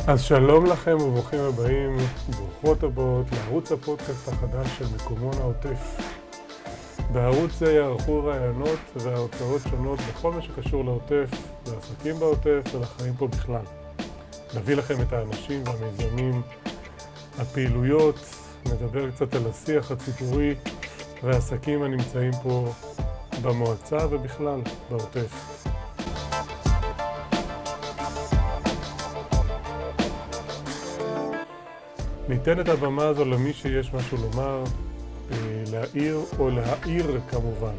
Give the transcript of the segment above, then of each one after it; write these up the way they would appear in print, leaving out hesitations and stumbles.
אז שלום לכם וברוכים הבאים, ברוכות הבאות לערוץ הפודקאסט החדש של מקומון העוטף. בערוץ זה יערכו רעיונות והרצאות שונות בכל מה שקשור לעוטף, לעסקים בעוטף ולחיים פה בכלל. נביא לכם את האנשים והמיזמים, הפעילויות, נדבר קצת על השיח הציבורי והעסקים הנמצאים פה במועצה ובכלל בעוטף. ניתן את הבמה הזו למי שיש משהו לומר, להעיר או להעיר כמובן.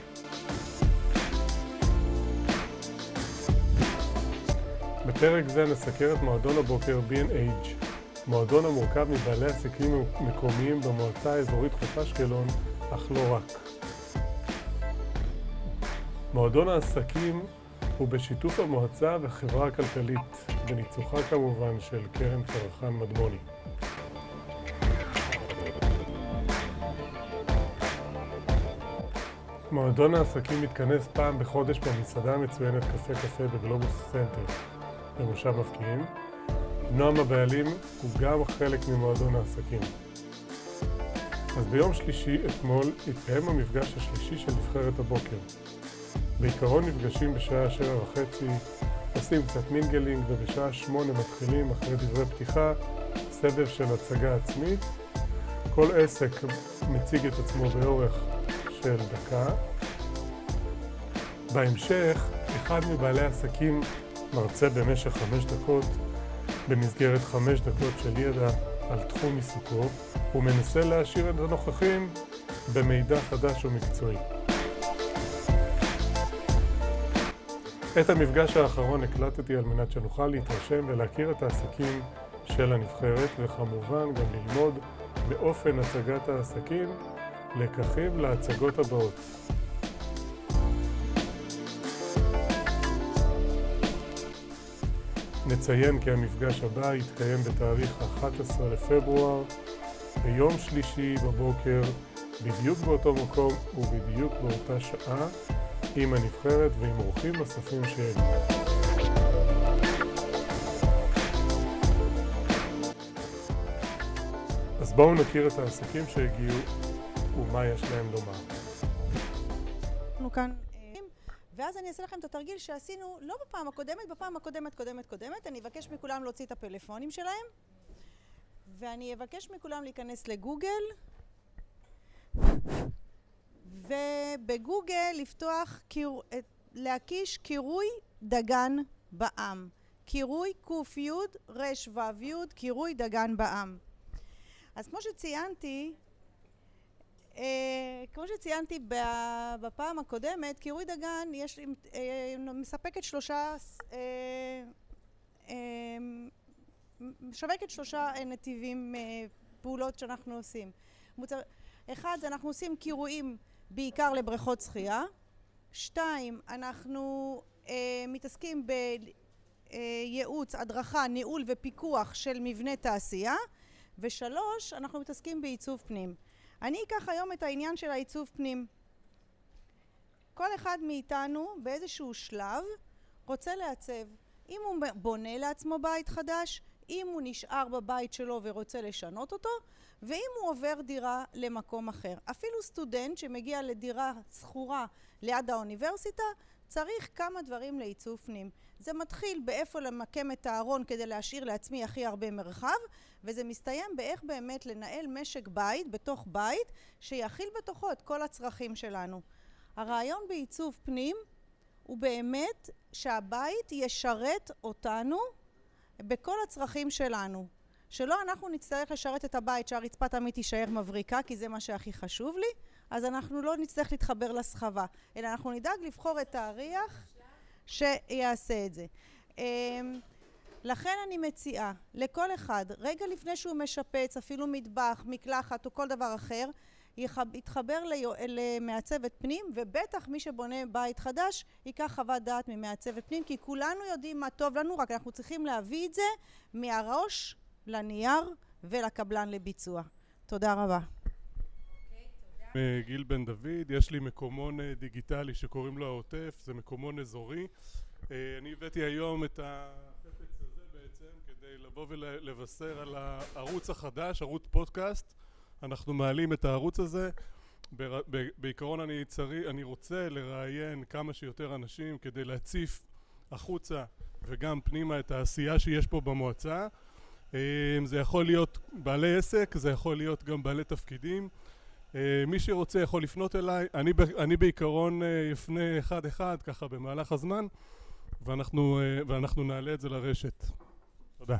בפרק זה נסקר את מועדון הבוקר B&H, מועדון המורכב מבעלי עסקים מקומיים במועצה האזורית חוף אשקלון, אך לא רק. מועדון העסקים הוא בשיתוף המועצה והחברה הכלכלית, בניצוחה כמובן של קרן צרכן מדמוני. מועדון העסקים מתכנס פעם בחודש במסעדה המצוינת קפה קפה בגלובוס סנטר, במושב מבקיעים. נועם הבעלים הוא גם חלק ממועדון העסקים. אז ביום שלישי אתמול התקיים המפגש השלישי של נבחרת הבוקר. בעיקרון נפגשים בשעה 7:30, עושים קצת מינגלינג ובשעה 8 מתחילים אחרי דברי פתיחה, סבב של הצגה עצמית. כל עסק מציג את עצמו באורך של דקה. בהמשך, אחד מבעלי העסקים מרצה במשך 5 דקות במסגרת 5 דקות של ידע על תחום עיסוקו, ומנסה להשאיר את הנוכחים במידע חדש ומקצועי. את המפגש האחרון הקלטתי על מנת שנוכל להתרשם ולהכיר את העסקים של הנבחרת, וכמובן גם ללמוד באופן הצגת העסקים לקחים להצגות הבאות. נציין כי המפגש הבא יתקיים בתאריך 11 לפברואר, ביום שלישי בבוקר, בדיוק באותו מקום ובדיוק באותה שעה, עם הנבחרת ועם אורחים נוספים שיגיעו. אז בואו נכיר את העסקים שהגיעו ומה יש להם לומר. אנחנו כאן, ואז אני אעשה לכם את התרגיל שעשינו לא בפעם הקודמת, בפעם הקודמת. אני אבקש מכולם להוציא את הפלאפונים שלהם, ואני אבקש מכולם להיכנס לגוגל, ובגוגל לפתוח, להקיש קירוי דגן בעם. קירוי ק"י רש ו"י, קירוי דגן בעם. אז כמו שציינתי בפעם הקודמת, קירוי דגן משווקת 3 נתיבים פעולות שאנחנו עושים. אחד, אנחנו עושים קירויים בעיקר לבריכות שחייה. 2, אנחנו מתעסקים בייעוץ, הדרכה, ניהול ופיקוח של מבני תעשייה. ו3, אנחנו מתעסקים בעיצוב פנים. אני אקח היום את העניין של העיצוב פנים. כל אחד מאיתנו באיזשהו שלב רוצה לעצב. אם הוא בונה לעצמו בית חדש, אם הוא נשאר בבית שלו ורוצה לשנות אותו, ואם הוא עובר דירה למקום אחר. אפילו סטודנט שמגיע לדירה שכורה ליד האוניברסיטה, צריך כמה דברים לעיצוב פנים. זה מתחיל באיפה למקם את הארון כדי להשאיר לעצמי הכי הרבה מרחב, וזה מסתיים באיך באמת לנהל משק בית בתוך בית שיכיל בתוכו את כל הצרכים שלנו. הרעיון בעיצוב פנים הוא באמת שהבית ישרת אותנו בכל הצרכים שלנו. שלא אנחנו נצטרך לשרת את הבית שהרצפה תמיד תישאר מבריקה, כי זה מה שהכי חשוב לי, אז אנחנו לא נצטרך להתחבר לסחבה, אלא אנחנו נדאג לבחור את האריח שיעשה את זה. לכן אני מציעה לכל אחד, רגע לפני שהוא משפץ, אפילו מטבח, מקלחת או כל דבר אחר, יתחבר למעצבת פנים, ובטח מי שבונה בית חדש ייקח חוות דעת ממעצבת פנים, כי כולנו יודעים מה טוב לנו, רק אנחנו צריכים להביא את זה מהראש לנייר ולקבלן לביצוע. תודה רבה. גיל בן דוד, יש לי מקומון דיגיטלי שקוראים לו העוטף, זה מקומון אזורי. אני הבאתי היום את החפץ הזה בעצם כדי כדי לבוא ולבשר על הערוץ החדש, ערוץ פודקאסט. אנחנו מעלים את הערוץ הזה. בעיקרון אני רוצה לראיין כמה שיותר אנשים כדי להציף החוצה וגם פנימה את העשייה שיש פה במועצה. זה יכול להיות בעלי עסק, זה יכול להיות גם בעלי תפקידים. מי שרוצה יכול לפנות אליי. אני בעיקרון יפנה אחד ככה במהלך הזמן, ואנחנו נעלה את זה לרשת. תודה.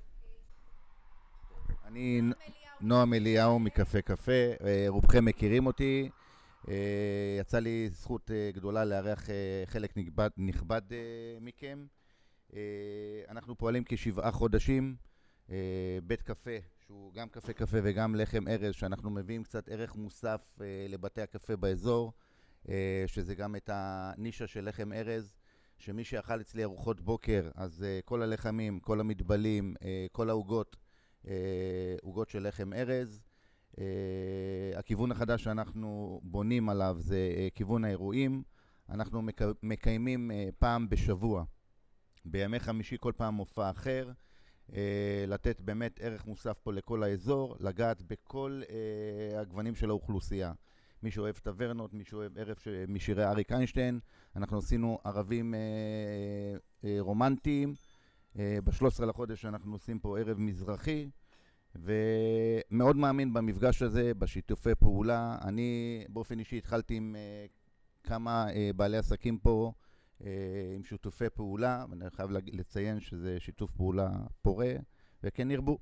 אני נועם אליהו מקפה קפה, רובכם מכירים אותי. יצא לי זכות גדולה לארח חלק נכבד מכם. אנחנו פועלים כ7 חודשים. בית קפה, שהוא גם קפה קפה וגם לחם ארז, שאנחנו מביאים קצת ערך מוסף לבתי הקפה באזור, שזה גם את הנישה של לחם ארז, שמי שאכל אצלי ארוחות בוקר, אז כל הלחמים, כל המטבלים, כל העוגות, עוגות של לחם ארז. הכיוון החדש שאנחנו בונים עליו זה כיוון האירועים. אנחנו מקיימים פעם בשבוע, בימי חמישי כל פעם מופע אחר, לתת באמת ערך מוסף פה לכל האזור, לגעת בכל הגוונים של האוכלוסייה. מי שאוהב טברנות, מי שאוהב ערב משירי אריק איינשטיין. אנחנו עשינו ערבים רומנטיים. ב-13 לחודש אנחנו עושים פה ערב מזרחי, ומאוד מאמין במפגש הזה, בשיתופי פעולה. אני באופן אישי התחלתי עם כמה בעלי עסקים פה, עם שיתופי פעולה, ואני חייב לציין שזה שיתוף פעולה פורה, וכן ירבו.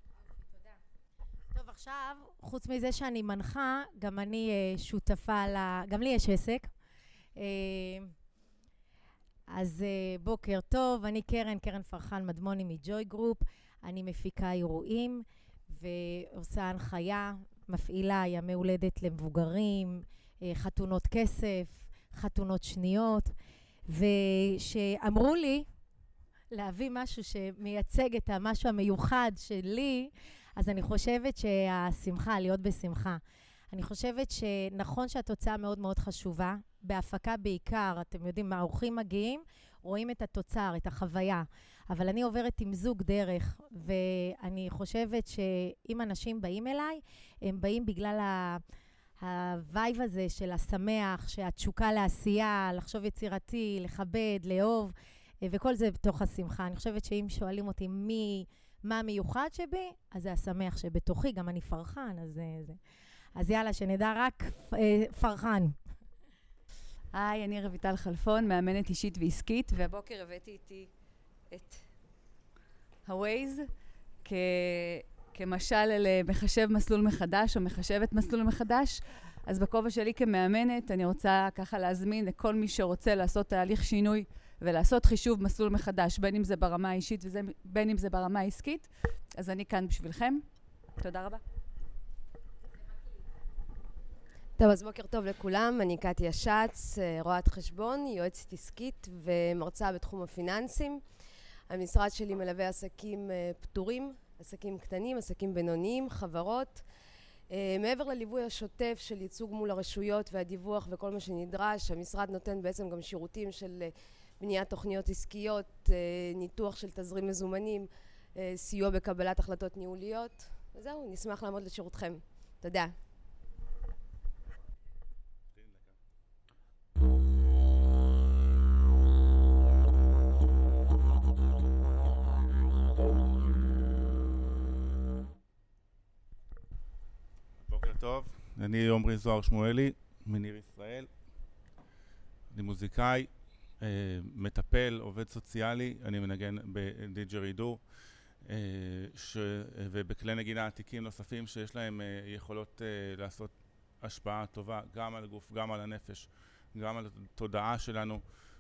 טוב, עכשיו, חוץ מזה שאני מנחה, גם אני שותפה גם לי יש עסק. אז בוקר טוב, אני קרן פרחן מדמוני מג'וי גרופ. אני מפיקה אירועים ועושה הנחיה, מפעילה ימי הולדת למבוגרים, חתונות כסף, חתונות שניות, ושאמרו לי להביא משהו שמייצג את המשהו המיוחד שלי, אז אני חושבת שהשמחה, להיות בשמחה. אני חושבת שנכון שהתוצאה מאוד מאוד חשובה, בהפקה בעיקר, אתם יודעים, האורחים מגיעים, רואים את התוצר, את החוויה, אבל אני עוברת עם זוג דרך, ואני חושבת שאם אנשים באים אליי, הם באים בגלל הווייב הזה של השמח, שהתשוקה לעשייה, לחשוב יצירתי, לכבד, לאהוב, וכל זה בתוך השמחה. אני חושבת שאם שואלים אותי מה המיוחד שבי, אז זה השמח שבתוכי, גם אני פרחן, אז יאללה, שנדע רק פרחן. היי, אני רויטל חלפון, מאמנת אישית ועסקית, והבוקר הבאתי איתי את הווייז כמשל למחשב מסלול מחדש או מחשבת מסלול מחדש. אז בכובע שלי כמאמנת אני רוצה ככה להזמין לכל מי שרוצה לעשות תהליך שינוי ולעשות חישוב מסלול מחדש, בין אם זה ברמה האישית ובין אם זה ברמה העסקית. אז אני כאן בשבילכם. תודה רבה. טוב, אז בוקר טוב לכולם, אני קטיה שץ, רואת חשבון, יועצת עסקית ומרצה בתחום הפיננסים. המשרד שלי מלווה עסקים פטורים, עסקים קטנים, עסקים בינוניים, חברות. מעבר לליווי השוטף של ייצוג מול הרשויות והדיווח וכל מה שנדרש, המשרד נותן בעצם גם שירותים של בניית תוכניות עסקיות, ניתוח של תזרים מזומנים, סיוע בקבלת החלטות ניהוליות. וזהו, נשמח לעמוד לשירותכם. תודה. טוב, אני עומרי זוהר שמואלי, מניר ישראל. אני מוזיקאי, מטפל, עובד סוציאלי, אני מנגן בדיג'רידו, ובכלי נגינה עתיקים נוספים שיש להם יכולות לעשות השפעה טובה גם על הגוף, גם על הנפש, גם על התודעה שלנו,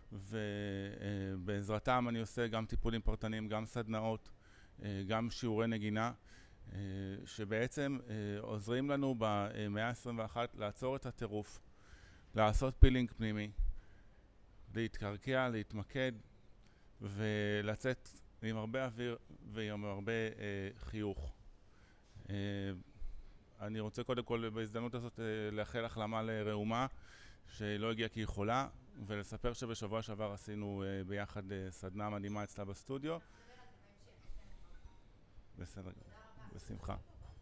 ובעזרתם אני עושה גם טיפולים פרטניים, גם סדנאות, גם שיעורי נגינה, שבעצם עוזרים לנו במאה ה-21 לעצור את הטירוף, לעשות פילינג פנימי, להתקרקע, להתמקד ולצאת עם הרבה אוויר ועם הרבה חיוך. אני רוצה קודם כל בהזדמנות הזאת לאחל החלמה לראומה שלא הגיעה כי היא חולה, ולספר שבשבוע שעבר עשינו ביחד סדנה מדהימה אצלה בסטודיו. בסדר, בשמחה.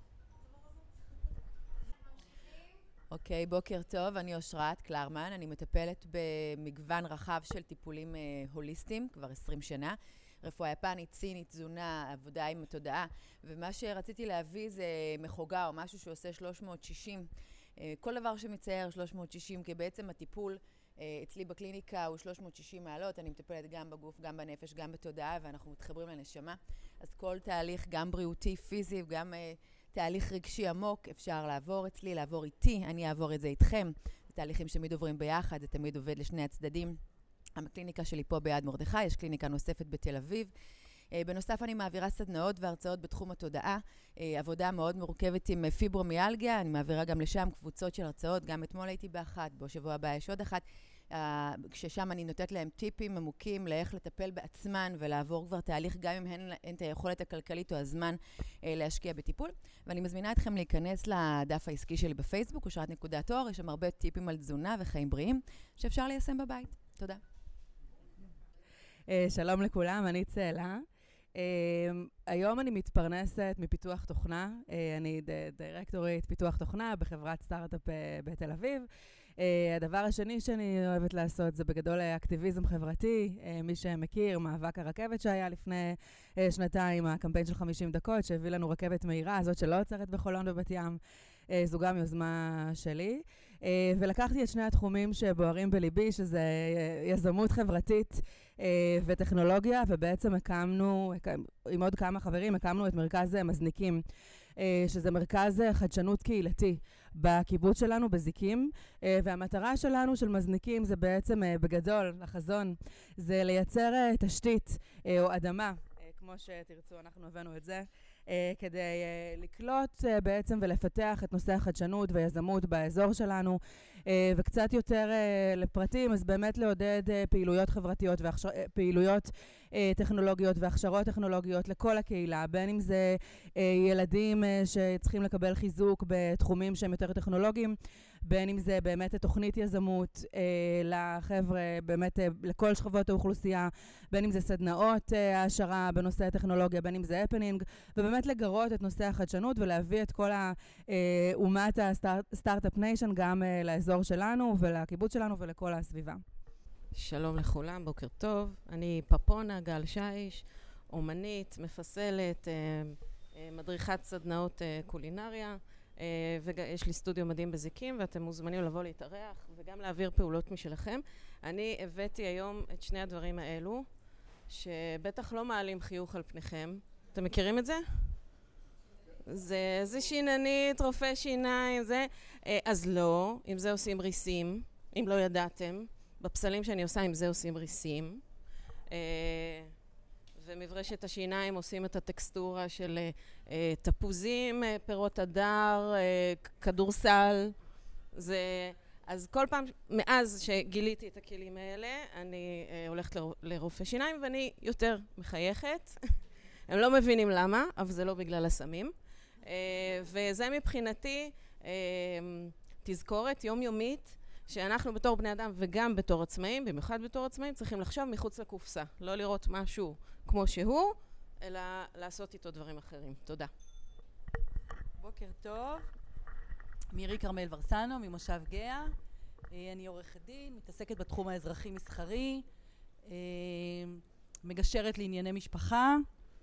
אוקיי, בוקר טוב, אני אושרת קלרמן, אני מטפלת במגוון רחב של טיפולים הוליסטיים, כבר 20 שנה. רפואה יפנית, צינית, תזונה, עבודה עם התודעה, ומה שרציתי להביא זה מחוגה או משהו שעושה 360. כל דבר שמצייר 360, כי בעצם הטיפול אצלי בקליניקה הוא 360 מעלות, אני מטפלת גם בגוף, גם בנפש, גם בתודעה, ואנחנו מתחברים לנשמה. אז כל תהליך, גם בריאותי, פיזי, גם תהליך רגשי עמוק, אפשר לעבור אצלי, לעבור איתי, אני אעבור את זה איתכם. זה תהליכים שתמיד עוברים ביחד, זה תמיד עובד לשני הצדדים. הקליניקה שלי פה ביד מרדכי, יש קליניקה נוספת בתל אביב. בנוסף אני מעבירה סדנאות והרצאות בתחום התודעה, עבודה מאוד מורכבת עם פיברומיאלגיה, אני מעבירה גם לשם קבוצות של הרצאות, גם אתמול הייתי באחת, בשבוע הבא יש עוד אחת, כששם אני נותנת להם טיפים עמוקים לאיך לטפל בעצמן ולעבור כבר תהליך, גם אם אין את היכולת הכלכלית או הזמן להשקיע בטיפול. ואני מזמינה אתכם להיכנס לדף העסקי שלי בפייסבוק, אושרת.אור, יש שם הרבה טיפים על תזונה וחיים בריאים שאפשר ליישם בבית. תודה. שלום לכולם, אני צאלה. היום אני מתפרנסת מפיתוח תוכנה, אני דירקטורית פיתוח תוכנה בחברת סטארט-אפ בתל אביב. הדבר השני שאני אוהבת לעשות זה בגדול אקטיביזם חברתי, מי שמכיר, מאבק הרכבת שהיה לפני שנתיים, הקמפיין של 50 דקות שהביא לנו רכבת מהירה, זאת שלא עוצרת בחולון בבת ים, זו גם יוזמה שלי. ולקחתי את שני התחומים שבוערים בליבי, שזה יזמות חברתית וטכנולוגיה, ובעצם הקמנו, עם עוד כמה חברים, הקמנו את מרכז מזניקים, שזה מרכז חדשנות קהילתי בקיבוץ שלנו בזיקים, והמטרה שלנו של מזניקים זה בעצם בגדול, החזון, זה לייצר תשתית או אדמה, כמו שתרצו, אנחנו הבאנו את זה, כדי לקלוט בעצם ולפתח את נושא החדשנות ויזמות באזור שלנו, וקצת יותר לפרטים, אז באמת לעודד פעילויות חברתיות פעילויות טכנולוגיות והכשרות טכנולוגיות לכל הקהילה, בין אם זה ילדים שצריכים לקבל חיזוק בתחומים שהם יותר טכנולוגיים, בין אם זה באמת תוכנית יזמות לחבר'ה, באמת לכל שכבות האוכלוסייה, בין אם זה סדנאות העשרה בנושא הטכנולוגיה, בין אם זה הפנינג, ובאמת לגרות את נושא החדשנות ולהביא את כל אומת הסטארט-אפ ניישן גם לאזור שלנו ולקיבוץ שלנו ולכל הסביבה. שלום לכולם, בוקר טוב. אני פפונה גל שיש, אומנית, מפסלת, מדריכת סדנאות קולינריה, ויש לי סטודיו מדהים בזיקים, ואתם מוזמנים לבוא להתארח וגם להעביר פעולות משלכם. אני הבאתי היום את שני הדברים האלו, שבטח לא מעלים חיוך על פניכם. אתם מכירים את זה? זה שיננית, רופא שיניים, זה. אז לא, עם זה עושים ריסים, אם לא ידעתם. בפסלים שאני עושה עם זה עושים ריסים. ומברשת השיניים עושים את הטקסטורה של תפוזים, פירות הדר, כדורסל. אז כל פעם, מאז שגיליתי את הכלים האלה, אני הולכת לרופא שיניים ואני יותר מחייכת. הם לא מבינים למה, אבל זה לא בגלל הסמים. וזה מבחינתי תזכורת יומיומית, שאנחנו בתור בני אדם וגם בתור עצמאים, במיוחד בתור עצמאים, צריכים לחשוב מחוץ לקופסה. לא לראות משהו כמו שהוא, אלא לעשות איתו דברים אחרים. תודה. בוקר טוב. מירי כרמל ורסנו, ממושב גאה. אני עורכת דין, מתעסקת בתחום האזרחי-מסחרי, מגשרת לענייני משפחה,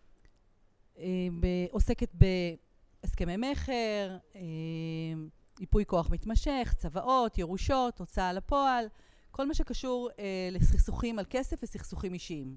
עוסקת בהסכמי מחר, ייפוי כוח מתמשך, צוואות, ירושות, הוצאה לפועל, כל מה שקשור לסכסוכים על כסף וסכסוכים אישיים.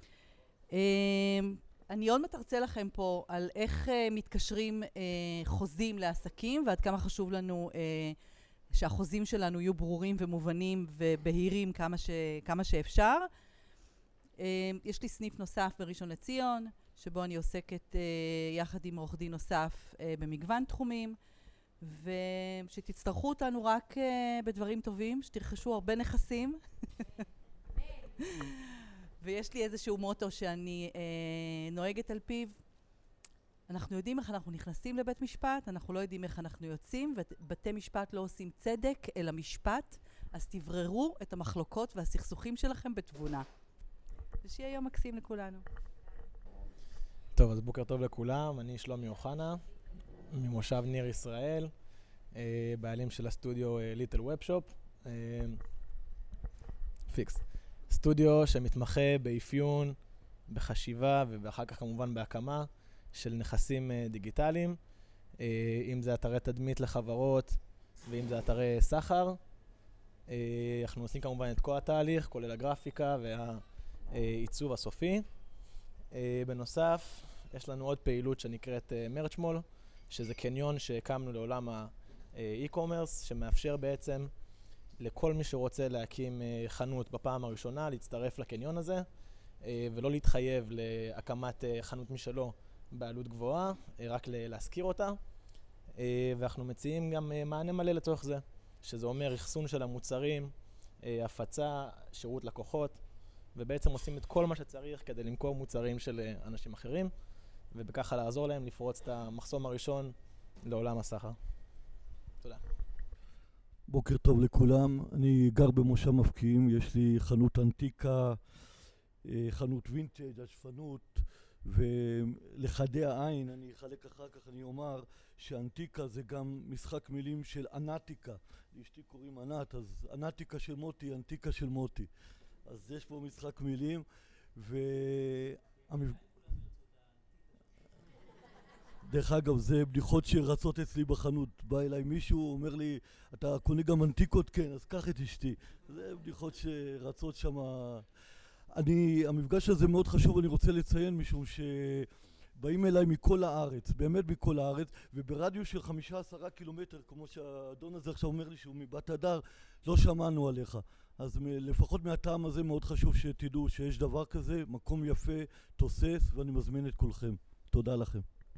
אני עוד מתרצה לכם פה על איך מתקשרים חוזים לעסקים, ועד כמה חשוב לנו שהחוזים שלנו יהיו ברורים ומובנים ובהירים כמה שאפשר. יש לי סניף נוסף בראשון לציון, שבו אני עוסקת יחד עם עורך דין נוסף במגוון תחומים, ושתצטרכו אותנו רק בדברים טובים, שתרכשו הרבה נכסים. ויש לי איזשהו מוטו שאני נוהגת על פיו. אנחנו יודעים איך אנחנו נכנסים לבית משפט, אנחנו לא יודעים איך אנחנו יוצאים, ובתי משפט לא עושים צדק אלא משפט, אז תבררו את המחלוקות והסכסוכים שלכם בתבונה. ושיהיה יום מקסים לכולנו. טוב, אז בוקר טוב לכולם, אני שלומי אוחנה, ממושב ניר ישראל, בעלים של הסטודיו ליטל ובשופ, פיקס. סטודיו שמתמחה באפיון, בחשיבה ואחר כך כמובן בהקמה של נכסים דיגיטליים, אם זה אתרי תדמית לחברות ואם זה אתרי סחר. אנחנו עושים כמובן את כל התהליך, כולל הגרפיקה והעיצוב הסופי. בנוסף, יש לנו עוד פעילות שנקראת מרץ' מול, שזה קניון שהקמנו לעולם האי-קומרס, שמאפשר בעצם לכל מי שרוצה להקים חנות בפעם הראשונה, להצטרף לקניון הזה, ולא להתחייב להקמת חנות משלו בעלות גבוהה, רק להשכיר אותה. ואנחנו מציעים גם מענה מלא לצורך זה, שזה אומר אחסון של המוצרים, הפצה, שירות לקוחות, ובעצם עושים את כל מה שצריך כדי למכור מוצרים של אנשים אחרים, ובככה לעזור להם לפרוץ את המחסום הראשון לעולם הסחר. תודה. בוקר טוב לכולם, אני גר במושב מבקיעים, יש לי חנות אנטיקה, חנות וינטג', אשפנות, ולחדי העין, אני אחלק אחר כך, אני אומר שאנטיקה זה גם משחק מילים של אנטיקה, לאשתי קוראים ענת, אז אנטיקה של מוטי, אנטיקה של מוטי. אז יש פה משחק מילים, דרך אגב, זה בדיחות שרצות אצלי בחנות. בא אליי מישהו, אומר לי, אתה קונה גם אנטיקות? כן, אז קח את אשתי. זה בדיחות שרצות שם. המפגש הזה מאוד חשוב, אני רוצה לציין, משום שבאים אליי מכל הארץ, באמת מכל הארץ, וברדיוס של 15 קילומטר, כמו שהאדון הזה עכשיו אומר לי שהוא מבת הדר, לא שמענו עליך. אז לפחות מהטעם הזה מאוד חשוב שתדעו שיש דבר כזה, מקום יפה, תוסס, ואני מזמין את כולכם. תודה לכם.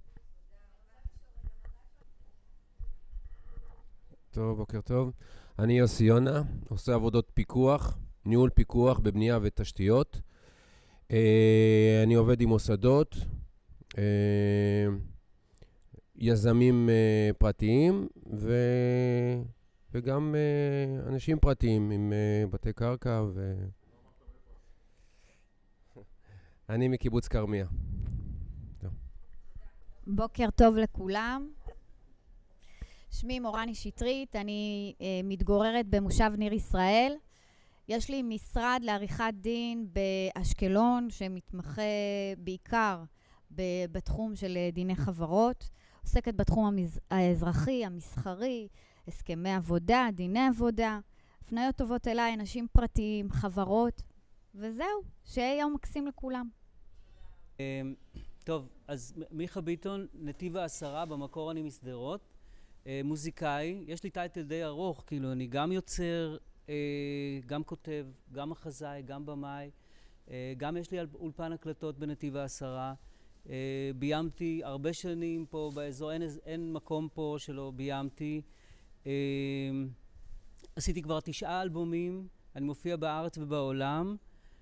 טוב, בוקר טוב. אני יוסי יונה, עושה עבודות פיקוח, ניהול פיקוח בבנייה ותשתיות. אני עובד עם מוסדות, יזמים פרטיים וגם אנשים פרטיים עם בתי קרקע אני מקיבוץ קרמיה. בוקר טוב לכולם. שמי מורני שטרית, אני מתגוררת במושב ניר ישראל. יש לי משרד לעריכת דין באשקלון שמתמחה בעיקר בתחום של דיני חברות. עוסקת בתחום האזרחי, המסחרי, הסכמי עבודה, דיני עבודה. הפניות טובות אליי, אנשים פרטיים, חברות, וזהו, שיהיה יום מקסים לכולם. טוב, אז מיכה ביטון, נתיב העשרה, במקור אני מסדרות. מוזיקאי, יש לי טייטל די ארוך, כאילו אני גם יוצר, גם כותב, גם מחזאי, גם במאי, גם יש לי אולפן הקלטות בנתיב העשרה, ביימתי הרבה שנים פה באזור, אין מקום פה שלא ביימתי, עשיתי כבר 9 אלבומים, אני מופיע בארץ ובעולם.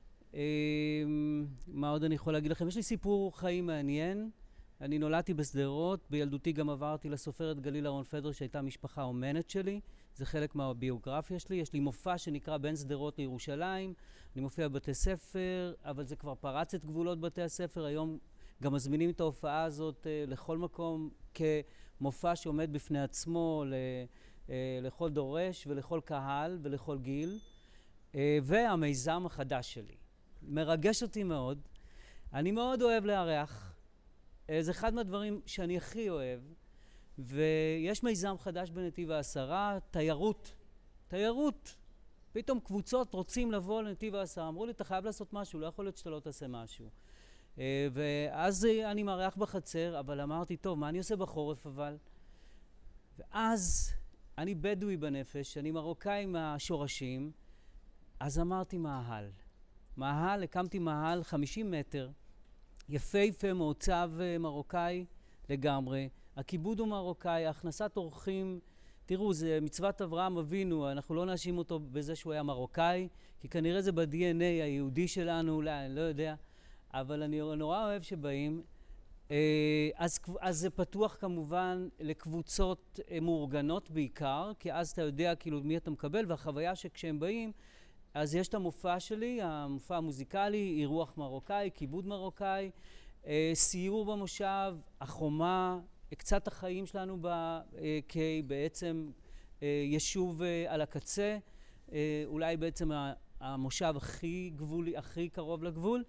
מה עוד אני יכול להגיד לכם? יש לי סיפור חיים מעניין. אני נולדתי בשדרות, בילדותי גם עברתי לסופרת גליל אהרון פדר שהייתה משפחה אומנת שלי, זה חלק מהביוגרפיה שלי. יש לי מופע שנקרא בין שדרות לירושלים, אני מופיע בבתי ספר, אבל זה כבר פרץ את גבולות בתי הספר. היום גם מזמינים את ההופעה הזאת לכל מקום כמופע שעומד בפני עצמו לכל דורש ולכל קהל ולכל גיל. והמיזם החדש שלי מרגש אותי מאוד, אני מאוד אוהב לארח, זה אחד מהדברים שאני הכי אוהב, ויש מיזם חדש בנתיב העשרה, תיירות. פתאום קבוצות רוצים לבוא לנתיב העשרה, אמרו לי, אתה חייב לעשות משהו, לא יכול להיות שאתה לא תעשה משהו. ואז אני מארח בחצר, אבל אמרתי, טוב, מה אני עושה בחורף אבל? ואז אני בדואי בנפש, אני מרוקאי מהשורשים, אז אמרתי מאהל, הקמתי מאהל 50 מטר, יפהפה, מעוצב מרוקאי לגמרי. הכיבוד הוא מרוקאי, הכנסת אורחים, תראו, זה מצוות אברהם אבינו, אנחנו לא נאשים אותו בזה שהוא היה מרוקאי, כי כנראה זה ב-DNA היהודי שלנו, אולי, אני לא יודע, אבל אני נורא אוהב שבאים. אז זה פתוח כמובן לקבוצות מאורגנות בעיקר, כי אז אתה יודע כאילו מי אתה מקבל, והחוויה שכשהם באים, אז יש את המופע שלי, המופע המוזיקלי, אירוח מרוקאי, כיבוד מרוקאי, סיור במושב, החומה, קצת החיים שלנו בעצם יישוב על הקצה, אולי בעצם המושב הכי גבולי, הכי קרוב לגבול.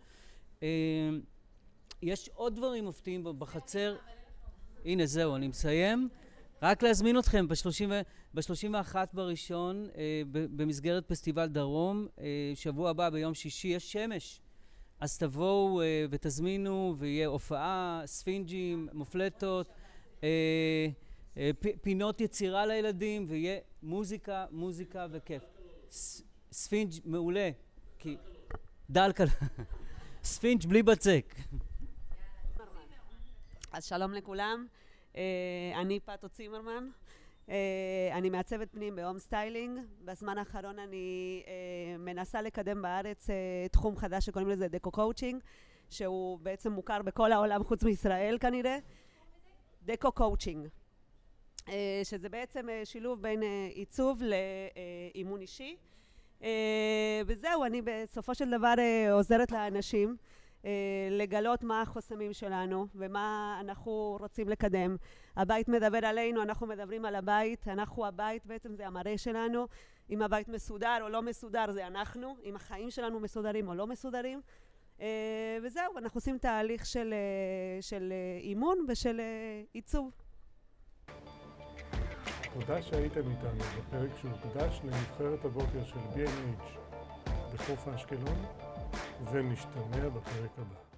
יש עוד דברים מפתיעים בחצר. הנה זהו, אני מסיים. רק להזמין אתכם ב-31 בראשון במסגרת פסטיבל דרום, שבוע הבא ביום שישי יש שמש. אז תבואו ותזמינו ויהיה הופעה, ספינג'ים, מופלטות, פינות יצירה לילדים ויהיה מוזיקה וכיף. ספינג' מעולה, כי דלקל, ספינג' בלי בצק. אז שלום לכולם, אני פאטו צימרמן, אני מעצבת פנים בהום סטיילינג. בזמן האחרון אני מנסה לקדם בארץ תחום חדש שקוראים לזה דקו קואוצ'ינג, שהוא בעצם מוכר בכל העולם חוץ מישראל כנראה. דקו קואוצ'ינג, שזה בעצם שילוב בין עיצוב לאימון אישי. וזהו, אני בסופו של דבר עוזרת לאנשים לגלות מה החוסמים שלנו ומה אנחנו רוצים לקדם. הבית מדבר עלינו, אנחנו מדברים על הבית, אנחנו הבית בעצם זה המראה שלנו. אם הבית מסודר או לא מסודר זה אנחנו, אם החיים שלנו מסודרים או לא מסודרים. וזהו, אנחנו עושים תהליך של אימון ושל עיצוב. תודה שהייתם איתנו בפרק שהוקדש לנבחרת הבוקר של B&H בחוף האשקלון, ונשתמע בפרק הבא.